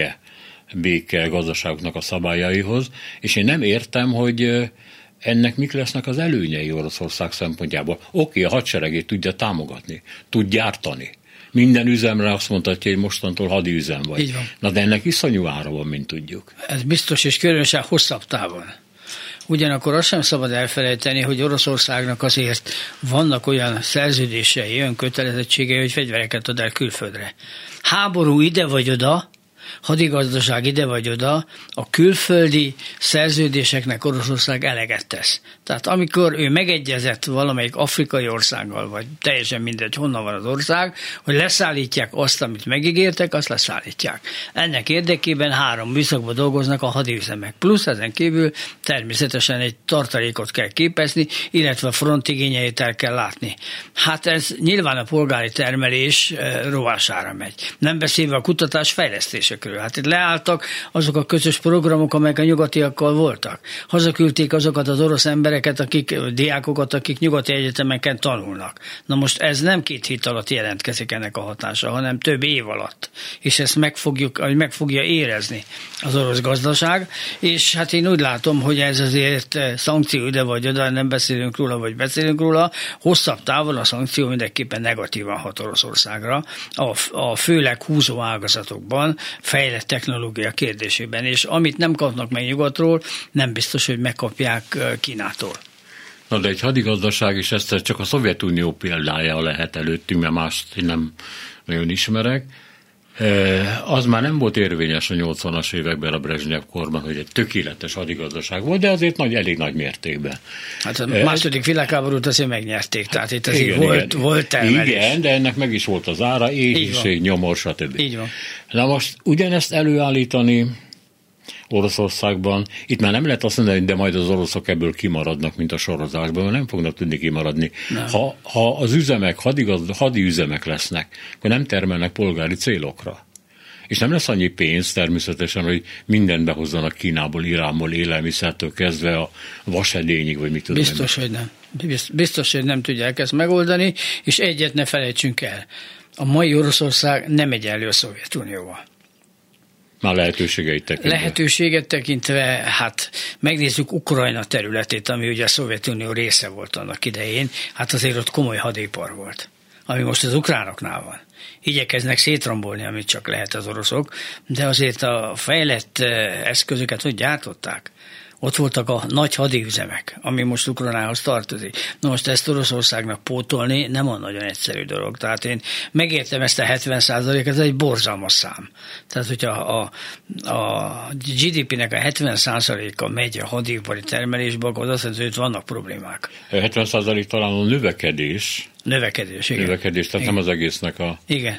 B: béke gazdaságoknak a szabályaihoz, és én nem értem, hogy ennek mik lesznek az előnyei Oroszország szempontjából. Oké, a hadseregét tudja támogatni, tud gyártani, minden üzemre azt mondhatja, hogy mostantól hadiüzem vagy.
C: Így van.
B: Na de ennek iszonyú ára van, mint tudjuk.
C: Ez biztos, és különösen hosszabb távon. Ugyanakkor azt sem szabad elfelejteni, hogy Oroszországnak azért vannak olyan szerződései, olyan kötelezettségei, hogy fegyvereket ad el külföldre. Háború ide vagy oda, hadigazdaság ide vagy oda, a külföldi szerződéseknek Oroszország eleget tesz. Tehát amikor ő megegyezett valamelyik afrikai országgal, vagy teljesen mindegy, honnan van az ország, hogy leszállítják azt, amit megígértek, azt leszállítják. Ennek érdekében 3 műszakban dolgoznak a hadiüzemek. Plusz ezen kívül természetesen egy tartalékot kell képezni, illetve a front igényeit el kell látni. Hát ez nyilván a polgári termelés rovására megy. Nem beszélve a kutatás fejlesztésekről. Hát itt leálltak azok a közös programok, amelyek a nyugatiakkal voltak. Hazaküldték azokat az orosz embereket, diákokat, akik nyugati egyetemeken tanulnak. Na most ez nem 2 hét alatt jelentkezik ennek a hatása, hanem több év alatt. És ezt meg fogja érezni az orosz gazdaság, és hát én úgy látom, hogy ez azért szankció ide vagy oda, nem beszélünk róla, vagy beszélünk róla, hosszabb távon a szankció mindenképpen negatívan hat Oroszországra, a főleg húzó ágazatokban, fejlett technológia kérdésében, és amit nem kapnak meg nyugatról, nem biztos, hogy megkapják Kínától.
B: Na de egy hadigazdaság, és ezt csak a Szovjetunió példája lehet előttünk, mert mást nem nagyon ismerek, az már nem volt érvényes a 80-as években a Brezsnyev korban, hogy egy tökéletes hadigazdaság volt, de azért elég nagy mértékben.
C: Hát a második világháborút azért megnyerték, tehát itt azért volt termelés.
B: Igen, de ennek meg is volt az ára, éhínség, nyomor, stb.
C: Így van.
B: Na most ugyanezt előállítani Oroszországban, itt már nem lehet azt mondani, de majd az oroszok ebből kimaradnak, mint a sorozásban, mert nem fognak tudni kimaradni. Ha az üzemek, hadiüzemek lesznek, akkor nem termelnek polgári célokra. És nem lesz annyi pénz természetesen, hogy mindent behozzanak Kínából, Iránból, élelmiszertől kezdve a vasedényig, vagy mit tudom.
C: Biztos, hogy nem. Biztos, hogy nem tudják ezt megoldani, és egyet ne felejtsünk el. A mai Oroszország nem egyenlő a Szovjetunióval.
B: Már lehetőséget tekintve, hát megnézzük Ukrajna területét, ami ugye a Szovjetunió része volt annak idején, hát azért ott komoly hadipar volt, ami most az ukránoknál van. Igyekeznek szétrombolni, amit csak lehet az oroszok, de azért a fejlett eszközöket hogy gyártották. Ott voltak a nagy hadiüzemek, ami most Ukrajnához tartozik. Na most ezt Oroszországnak pótolni nem olyan nagyon egyszerű dolog. Tehát én megértem ezt a 70%-et, ez egy borzalmas szám. Tehát, hogyha a GDP-nek a 70%-a megy a hadipari termelésbe, akkor azt mondja, hogy vannak problémák. 70% talán a növekedés.
C: Növekedés, igen.
B: Növekedés, tehát igen. Nem az egésznek a...
C: Igen.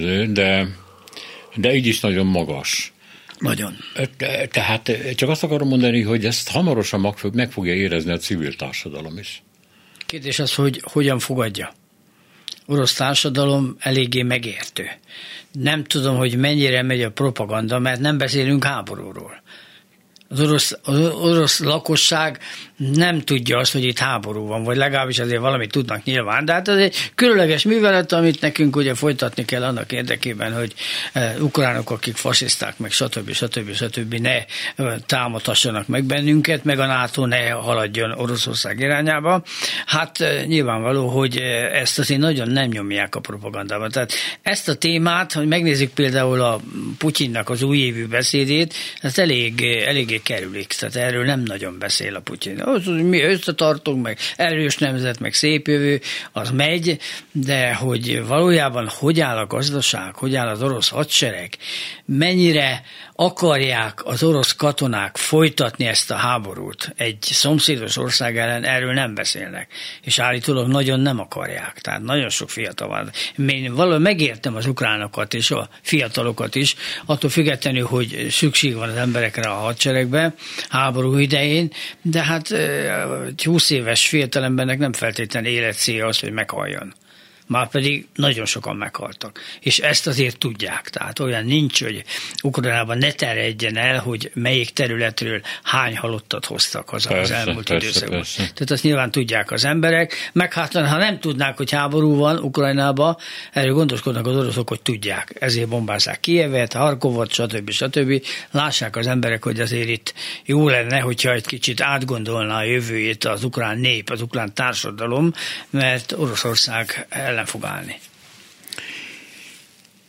B: De így is nagyon magas.
C: Nagyon.
B: Tehát csak azt akarom mondani, hogy ezt hamarosan meg fogja érezni a civil társadalom is.
C: Kérdés az, hogy hogyan fogadja. Orosz társadalom eléggé megértő. Nem tudom, hogy mennyire megy a propaganda, mert nem beszélünk háborúról. Az orosz lakosság nem tudja azt, hogy itt háború van, vagy legalábbis azért valamit tudnak nyilván, de hát ez egy különleges művelet, amit nekünk ugye folytatni kell annak érdekében, hogy ukránok, akik fasiszták, meg stb. Ne támadhassanak meg bennünket, meg a NATO ne haladjon Oroszország irányába. Hát nyilvánvaló, hogy ezt azért nagyon nem nyomják a propagandában. Tehát ezt a témát, hogy megnézzük például a Putyinnak az újévű beszédét, ezt eléggé kerülik, tehát erről nem nagyon beszél a Putyin. Az, hogy mi összetartunk, meg erős nemzet, meg szép jövő, az megy, de hogy valójában hogy áll a gazdaság, hogy áll az orosz hadsereg, mennyire akarják az orosz katonák folytatni ezt a háborút egy szomszédos ország ellen, erről nem beszélnek. És állítólag nagyon nem akarják. Tehát nagyon sok fiatal van. Én valahogy megértem az ukránokat és a fiatalokat is, attól függetlenül, hogy szükség van az emberekre a hadseregbe, háború idején, de hát egy 20 éves fiatalembernek nem feltétlenül életcélja az, hogy meghalljon. Márpedig nagyon sokan meghaltak. És ezt azért tudják. Tehát olyan nincs, hogy Ukrajnában ne terjedjen el, hogy melyik területről hány halottat hoztak haza az elmúlt időszakban. Tehát azt nyilván tudják az emberek. Meg hát, ha nem tudnák, hogy háború van Ukrajnában, erről gondoskodnak az oroszok, hogy tudják. Ezért bombázzák Kijevet, Harkovot, stb. Lássák az emberek, hogy azért itt jó lenne, hogyha egy kicsit átgondolná a jövőjét az ukrán nép, az ukrán társadalom, mert Oroszország ellen fog állni.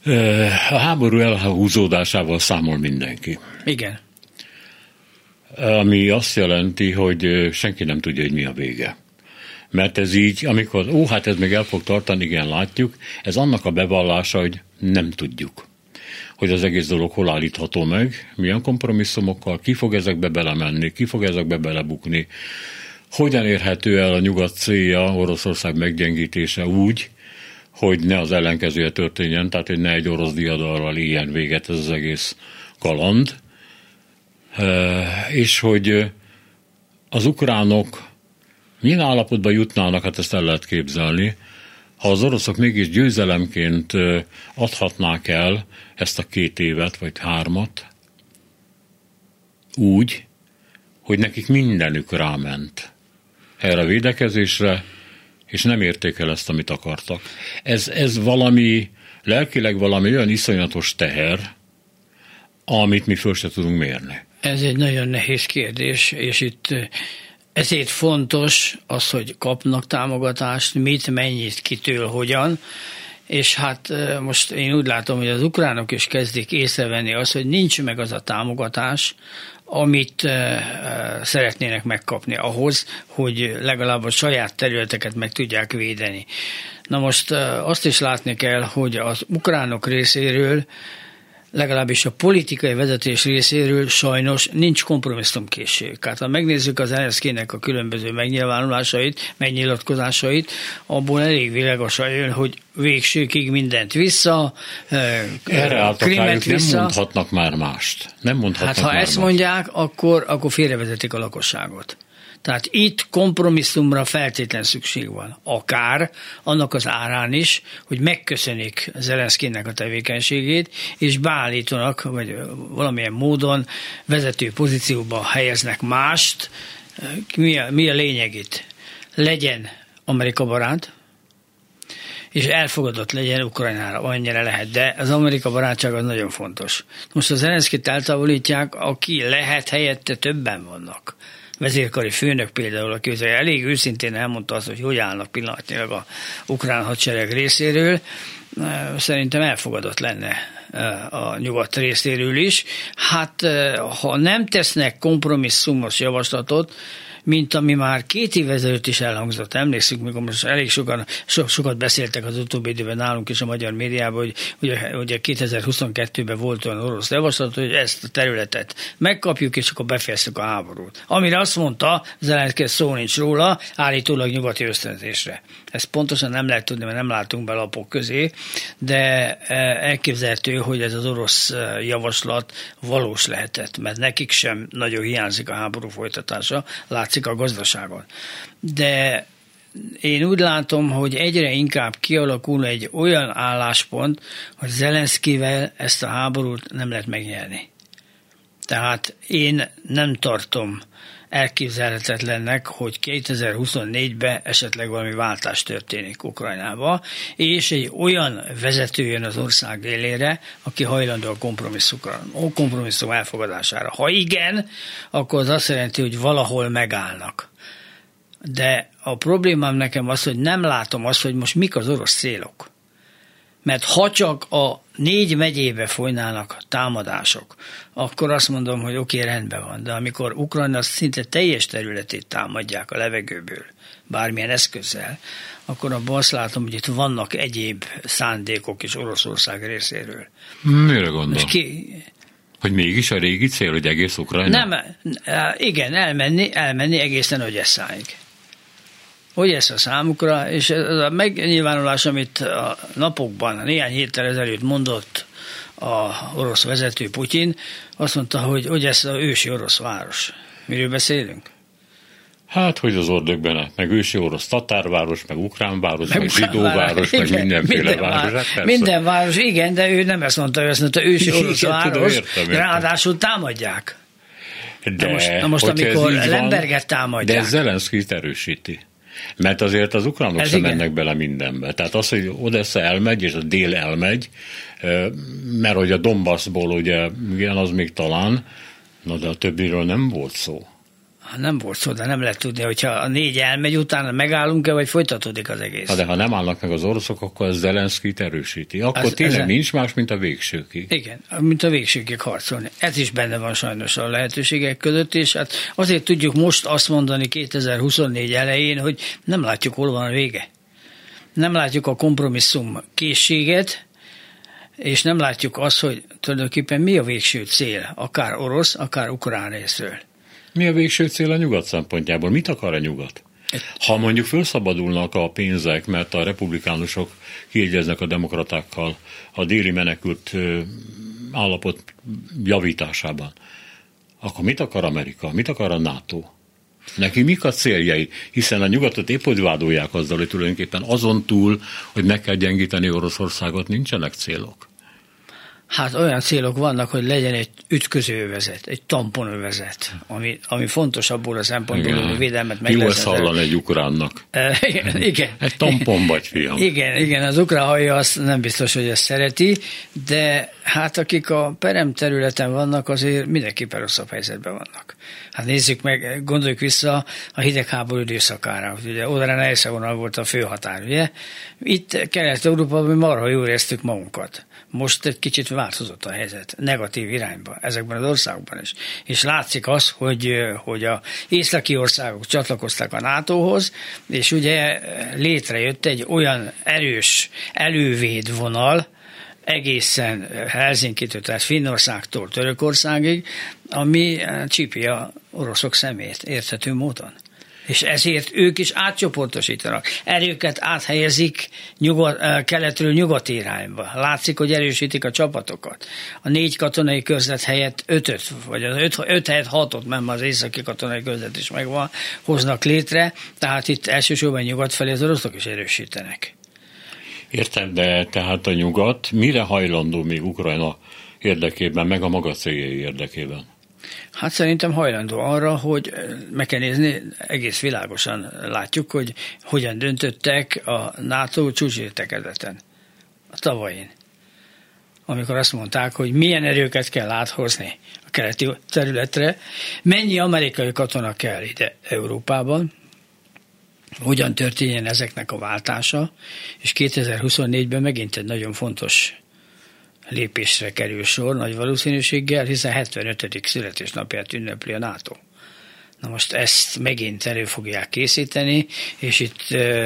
B: A háború elhúzódásával számol mindenki.
C: Igen.
B: Ami azt jelenti, hogy senki nem tudja, hogy mi a vége. Mert ez így, amikor, hát ez még el fog tartani, igen, látjuk, ez annak a bevallása, hogy nem tudjuk, hogy az egész dolog hol állítható meg, milyen kompromisszumokkal, ki fog ezekbe belemenni, ki fog ezekbe belebukni, hogyan érhető el a nyugat célja, Oroszország meggyengítése úgy, hogy ne az ellenkezője történjen, tehát hogy ne egy orosz diadalral éljen véget ez az egész kaland, és hogy az ukránok milyen állapotban jutnának, hát ezt el lehet képzelni, ha az oroszok mégis győzelemként adhatnák el ezt a 2 évet, vagy 3, úgy, hogy nekik mindenük ráment erre a védekezésre, és nem érték el ezt, amit akartak. Ez valami, lelkileg valami olyan iszonyatos teher, amit mi föl se tudunk mérni.
C: Ez egy nagyon nehéz kérdés, és itt ezért fontos az, hogy kapnak támogatást, mit, mennyit, kitől, hogyan, és hát most én úgy látom, hogy az ukránok is kezdik észrevenni azt, hogy nincs meg az a támogatás, amit szeretnének megkapni ahhoz, hogy legalább a saját területeket meg tudják védeni. Na most azt is látni kell, hogy az ukránok részéről, legalábbis a politikai vezetés részéről sajnos nincs kompromisszumkészség. Hát ha megnézzük az Zelenszkijnek a különböző megnyilvánulásait, megnyilatkozásait, abból elég világosan jön, hogy végsőkig mindent vissza,
B: Krimet vissza. Nem mondhatnak már mást. Nem mondhatnak
C: hát ha
B: már
C: ezt
B: mást.
C: mondják, akkor félrevezetik a lakosságot. Tehát itt kompromisszumra feltétlen szükség van. Akár annak az árán is, hogy megköszönik Zelenszkijnek a tevékenységét, és beállítanak, vagy valamilyen módon vezető pozícióba helyeznek mást. Mi a lényeg itt? Legyen Amerika barát, és elfogadott legyen Ukrajnára, annyira lehet, de az Amerika barátság az nagyon fontos. Most az Zelenszkijt eltávolítják, aki lehet helyette, többen vannak. Vezérkari főnök például, aki elég őszintén elmondta azt, hogy állnak pillanatnyilag a ukrán hadsereg részéről, szerintem elfogadott lenne a nyugat részéről is. Hát ha nem tesznek kompromisszumos javaslatot, mint ami már 2 év ezelőtt is elhangzott. Emlékszünk, mikor most elég sokat beszéltek az utóbbi időben nálunk is a magyar médiában, hogy ugye 2022-ben volt olyan orosz javaslat, hogy ezt a területet megkapjuk, és akkor befejezzük a háborút. Amire azt mondta, Zelenszkij, szó nincs róla, állítólag nyugati ösztönzésre. Ezt pontosan nem lehet tudni, mert nem látunk be lapok közé, de elképzelhető, hogy ez az orosz javaslat valós lehetett, mert nekik sem nagyon hiányzik a háború folytatása, látszik a gazdaságon. De én úgy látom, hogy egyre inkább kialakul egy olyan álláspont, hogy Zelenszkivel ezt a háborút nem lehet megnyerni. Tehát én nem tartom elképzelhetetlennek, hogy 2024-ben esetleg valami váltás történik Ukrajnába, és egy olyan vezető jön az ország élére, aki hajlandó a kompromisszum elfogadására. Ha igen, akkor az azt jelenti, hogy valahol megállnak. De a problémám nekem az, hogy nem látom azt, hogy most mik az orosz célok. Mert ha csak a 4 megyébe folynának támadások, akkor azt mondom, hogy oké, rendben van. De amikor Ukrajna szinte teljes területét támadják a levegőből, bármilyen eszközzel, akkor abban azt látom, hogy itt vannak egyéb szándékok is Oroszország részéről.
B: Mire gondol? Hogy mégis a régi cél, hogy egész Ukrajna?
C: Nem, igen, elmenni egészen Odesszáig. Odessza számukra, és ez a megnyilvánulás, amit a napokban, néhány héttel ezelőtt mondott a orosz vezető Putyin, azt mondta, hogy Odessza ősi orosz város. Miről beszélünk?
B: Hát, hogy az Ordökben, meg ősi orosz tatárváros, meg ukrán város, meg zsidó város, meg mindenféle város. Hát
C: minden város, igen, de ő nem ezt mondta, ő azt mondta, ősi orosz város, értem. Ráadásul támadják.
B: De
C: most amikor Lemberget támadják.
B: De Zelenszkijt erősíti. Mert azért az ukránok sem mennek bele mindenbe. Tehát az, hogy Odessa elmegy, és a dél elmegy, mert hogy a Donbassból ugye, igen, az még talán, de a többiről nem volt szó.
C: Nem volt szó, de nem lehet tudni, hogyha a 4 elmegy, utána megállunk-e, vagy folytatódik az egész.
B: De ha nem állnak meg az oroszok, akkor az Zelenszkijt erősíti. Akkor tényleg nincs más, mint a végsőkig.
C: Igen, mint a végsőkig harcolni. Ez is benne van sajnos a lehetőségek között, és hát azért tudjuk most azt mondani 2024 elején, hogy nem látjuk, hol van a vége. Nem látjuk a kompromisszum készséget, és nem látjuk azt, hogy tulajdonképpen mi a végső cél, akár orosz, akár ukrán részről.
B: Mi a végső cél a nyugat szempontjából? Mit akar a nyugat? Ha mondjuk felszabadulnak a pénzek, mert a republikánusok kiegyeznek a demokratákkal a déli menekült állapot javításában, akkor mit akar Amerika? Mit akar a NATO? Neki mik a céljai? Hiszen a nyugatot épp hogy vádolják azzal, hogy tulajdonképpen azon túl, hogy meg kell gyengíteni Oroszországot, nincsenek célok.
C: Hát olyan célok vannak, hogy legyen egy ütközőövezet, egy tamponövezet, ami fontos abból a szempontból, hogy védelmet meg
B: lesz. Jó hallani egy ukránnak.
C: Igen.
B: Egy tampon vagy, fiam.
C: Igen, az ukrán hallja azt nem biztos, hogy ezt szereti, de hát akik a perem területen vannak, azért mindenképpen rosszabb helyzetben vannak. Hát nézzük meg, gondoljuk vissza a hidegháború időszakára, ugye Oder-Neisse volt a főhatár, ugye? Itt Kelet-Európában marha jól éreztük magunkat. Most egy kicsit változott a helyzet, negatív irányba, ezekben az országokban is. És látszik az, hogy a északi országok csatlakoztak a NATO-hoz, és ugye létrejött egy olyan erős elővédvonal, egészen Helsinkitől, tehát Finnországtól Törökországig, ami csípi a oroszok szemét érthető módon. És ezért ők is átcsoportosítanak. Erőket áthelyezik keletről nyugati irányba. Látszik, hogy erősítik a csapatokat. A 4 katonai körzet helyett 5-öt, vagy az 5 helyett 6-ot, mert az északi katonai körzet is megvan, hoznak létre, tehát itt elsősorban nyugat felé az oroszok is erősítenek.
B: Értem, de tehát a nyugat mire hajlandó még Ukrajna érdekében, meg a maga céljai érdekében?
C: Hát szerintem hajlandó arra, hogy meg kell nézni, egész világosan látjuk, hogy hogyan döntöttek a NATO csúcsértekezleten, a tavajén. Amikor azt mondták, hogy milyen erőket kell áthozni a keleti területre, mennyi amerikai katona kell ide Európában, hogyan történjen ezeknek a váltása, és 2024-ben megint egy nagyon fontos lépésre kerül sor nagy valószínűséggel, hiszen 75. születésnapját ünnepli a NATO. Na most ezt megint elő fogják készíteni, és itt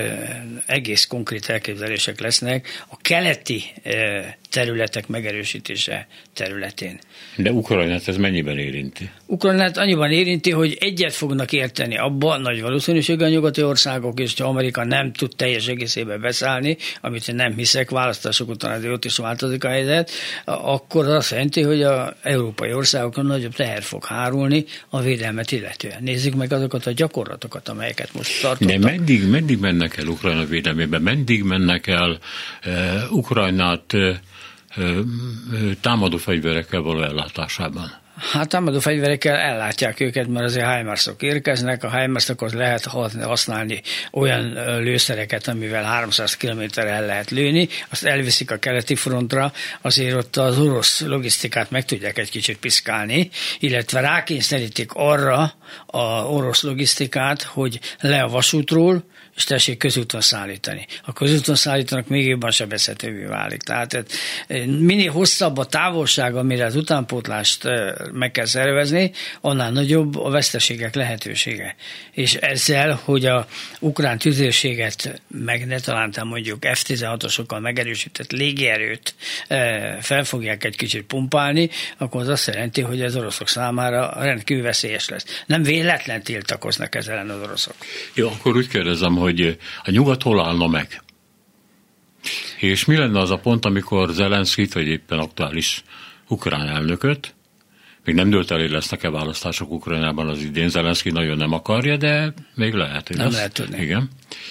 C: egész konkrét elképzelések lesznek a keleti területek megerősítése területén.
B: De Ukrajnát ez mennyiben érinti?
C: Ukrajnát annyiban érinti, hogy egyet fognak érteni abban nagy valószínűséggel a nyugati országok, és ha Amerika nem tud teljes egészében beszállni, amit én nem hiszek, választások után azért ott is változik a helyzet, akkor azt jelenti, hogy az európai országokon nagyobb teher fog hárulni a védelmet illetően. Nézzük meg azokat a gyakorlatokat, amelyeket most tartottak.
B: De meddig mennek el Ukrajna védelmében? Meddig mennek el Ukrajnát támadó fegyverekkel való ellátásában?
C: Hát támadó fegyverekkel ellátják őket, mert azért HIMARS-ok érkeznek, a HIMARS-okhoz lehet használni olyan lőszereket, amivel 300 kilométerre el lehet lőni, azt elviszik a keleti frontra, azért ott az orosz logisztikát meg tudják egy kicsit piszkálni, illetve rákényszerítik arra az orosz logisztikát, hogy le a vasútról, és tessék közúton szállítani. A közúton szállítanak, még jobban sebezhetővé válik. Tehát minél hosszabb a távolság, amire az utánpótlást meg kell szervezni, annál nagyobb a veszteségek lehetősége. És ezzel, hogy a ukrán tüzérséget, meg ne talántán mondjuk F-16-osokkal megerősített légierőt fel fogják egy kicsit pumpálni, akkor az azt jelenti, hogy az oroszok számára rendkívül veszélyes lesz. Nem véletlen tiltakoznak ezzel ellen az oroszok.
B: Jó, akkor úgy kérdezem, hogy a nyugat hol állna meg? És mi lenne az a pont, amikor Zelenszkijt, vagy éppen aktuális ukrán elnököt, még nem dőlt el, hogy lesznek-e választások Ukrajnában az idén, Zelenszkij nagyon nem akarja, de még lehet, hogy
C: nem lesz. Lehet tudni.
B: Igen.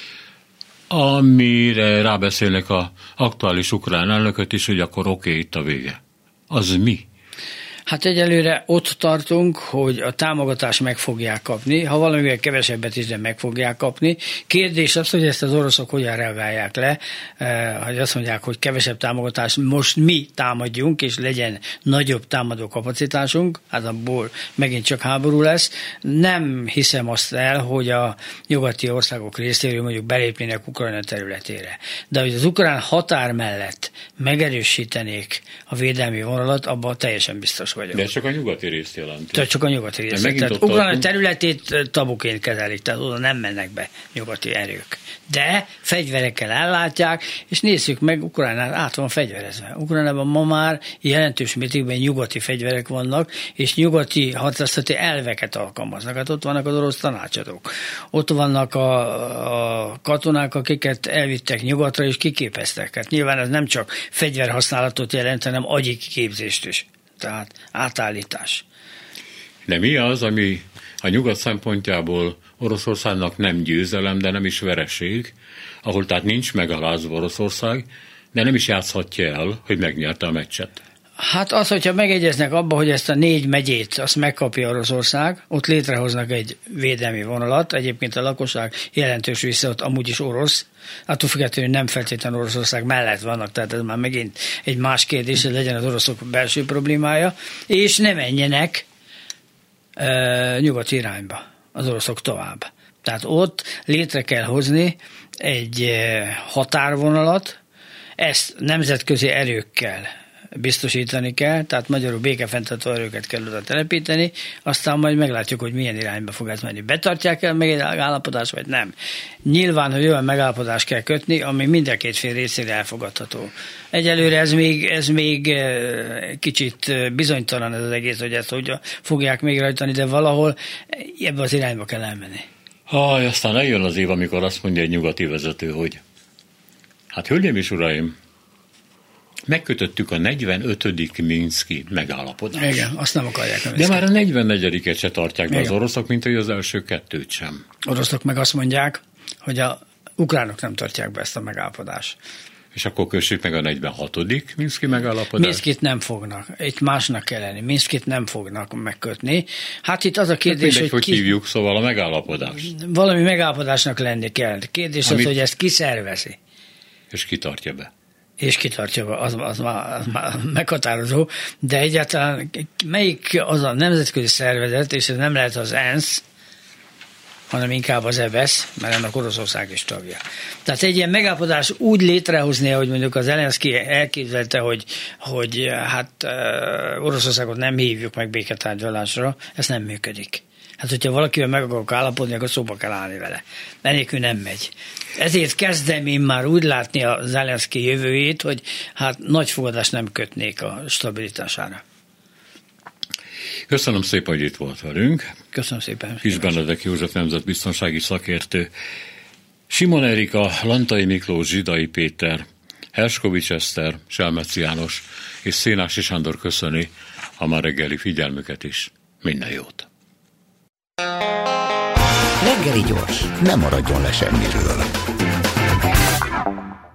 B: Amire rábeszélnek az aktuális ukrán elnököt is, hogy akkor oké, itt a vége. Az mi?
C: Hát egyelőre ott tartunk, hogy a támogatást meg fogják kapni, ha valamivel kevesebbet is, de meg fogják kapni. Kérdés az, hogy ezt az oroszok hogyan reagálják le, hogy azt mondják, hogy kevesebb támogatást most mi támadjunk, és legyen nagyobb támadó kapacitásunk, hát abból megint csak háború lesz. Nem hiszem azt el, hogy a nyugati országok részéről mondjuk belépnének Ukrajna területére. De hogy az ukrán határ mellett megerősítenék a védelmi vonalat, abban teljesen biztos vagyok.
B: De csak a nyugati részt jelenti.
C: Tehát csak a nyugati részt. Tehát Ukrajna területét tabuként kezelik, tehát oda nem mennek be nyugati erők. De fegyverekkel ellátják, és nézzük meg, Ukrajnát át van fegyverezve. Ukrajnában ma már jelentős mértékben nyugati fegyverek vannak, és nyugati hadrászati elveket alkalmaznak. Hát ott vannak az orosz tanácsadók. Ott vannak a katonák, akiket elvittek nyugatra, és kiképeztek. Hát nyilván ez nem csak fegyverhasználatot jelent, hanem agyi kiképzést is. Tehát átállítás.
B: De mi az, ami a nyugat szempontjából Oroszországnak nem győzelem, de nem is vereség, ahol tehát nincs megalázva Oroszország, de nem is játszhatja el, hogy megnyerte a meccset?
C: Hát az, hogyha megegyeznek abba, hogy ezt a 4 megyét azt megkapja Oroszország, ott létrehoznak egy védelmi vonalat, egyébként a lakosság jelentős része ott amúgy is orosz, attól függetlenül nem feltétlenül Oroszország mellett vannak, tehát ez már megint egy más kérdés, hogy legyen az oroszok belső problémája, és ne menjenek nyugati irányba az oroszok tovább. Tehát ott létre kell hozni egy határvonalat, ezt nemzetközi erőkkel biztosítani kell, tehát magyarul békefenntartó erőket kell oda telepíteni, aztán majd meglátjuk, hogy milyen irányba fog ez menni. Betartják el meg egy megállapodást, vagy nem. Nyilván, hogy olyan megállapodást kell kötni, ami mind a két fél részére elfogadható. Egyelőre ez még kicsit bizonytalan ez az egész, hogy ezt hogy fogják végrehajtani, de valahol ebbe az irányba kell elmenni.
B: Aztán eljön az év, amikor azt mondja egy nyugati vezető, hogy hát hölgyeim és uraim, megkötöttük a 45. minszki megállapodást.
C: Igen, azt nem akarják.
B: De már a 44-et se tartják be az oroszok, mint hogy az első 2 sem.
C: Oroszok meg azt mondják, hogy a ukránok nem tartják be ezt a megállapodást.
B: És akkor kössük meg a 46. minszki megállapodást?
C: Minszkit nem fognak. Itt másnak kell lenni. Minszkit nem fognak megkötni. Hát itt az a kérdés,
B: hogy hívjuk szóval a megállapodást.
C: Valami megállapodásnak lenni kell. Kérdés az, hogy ezt kiszervezi.
B: És kitartja be.
C: És kitartja be, az már meghatározó, de egyáltalán melyik az a nemzetközi szervezet, és ez nem lehet az ENSZ, hanem inkább az EBESZ, mert ennek Oroszország is tagja. Tehát egy ilyen megállapodás úgy létrehozni, hogy mondjuk az Zelenszky elképzelte, hogy hát Oroszországot nem hívjuk meg béketárgyalásra, ez nem működik. Hát, hogyha valakivel meg akarok állapodni, akkor szóba kell állni vele. Enélkül nem megy. Ezért kezdem én már úgy látni a Zelenszky jövőjét, hogy hát nagy fogadást nem kötnék a stabilitására.
B: Köszönöm szépen, hogy itt volt velünk.
C: Köszönöm szépen.
B: Kis Benedek József nemzetbiztonsági szakértő, Simon Erika, Lantai Miklós, Zsidai Péter, Herskovics Eszter, Selmeci János és Szénási Sándor köszöni a ma reggeli figyelmüket is. Minden jót!
A: Reggeli gyors, nem maradjon le semmiről.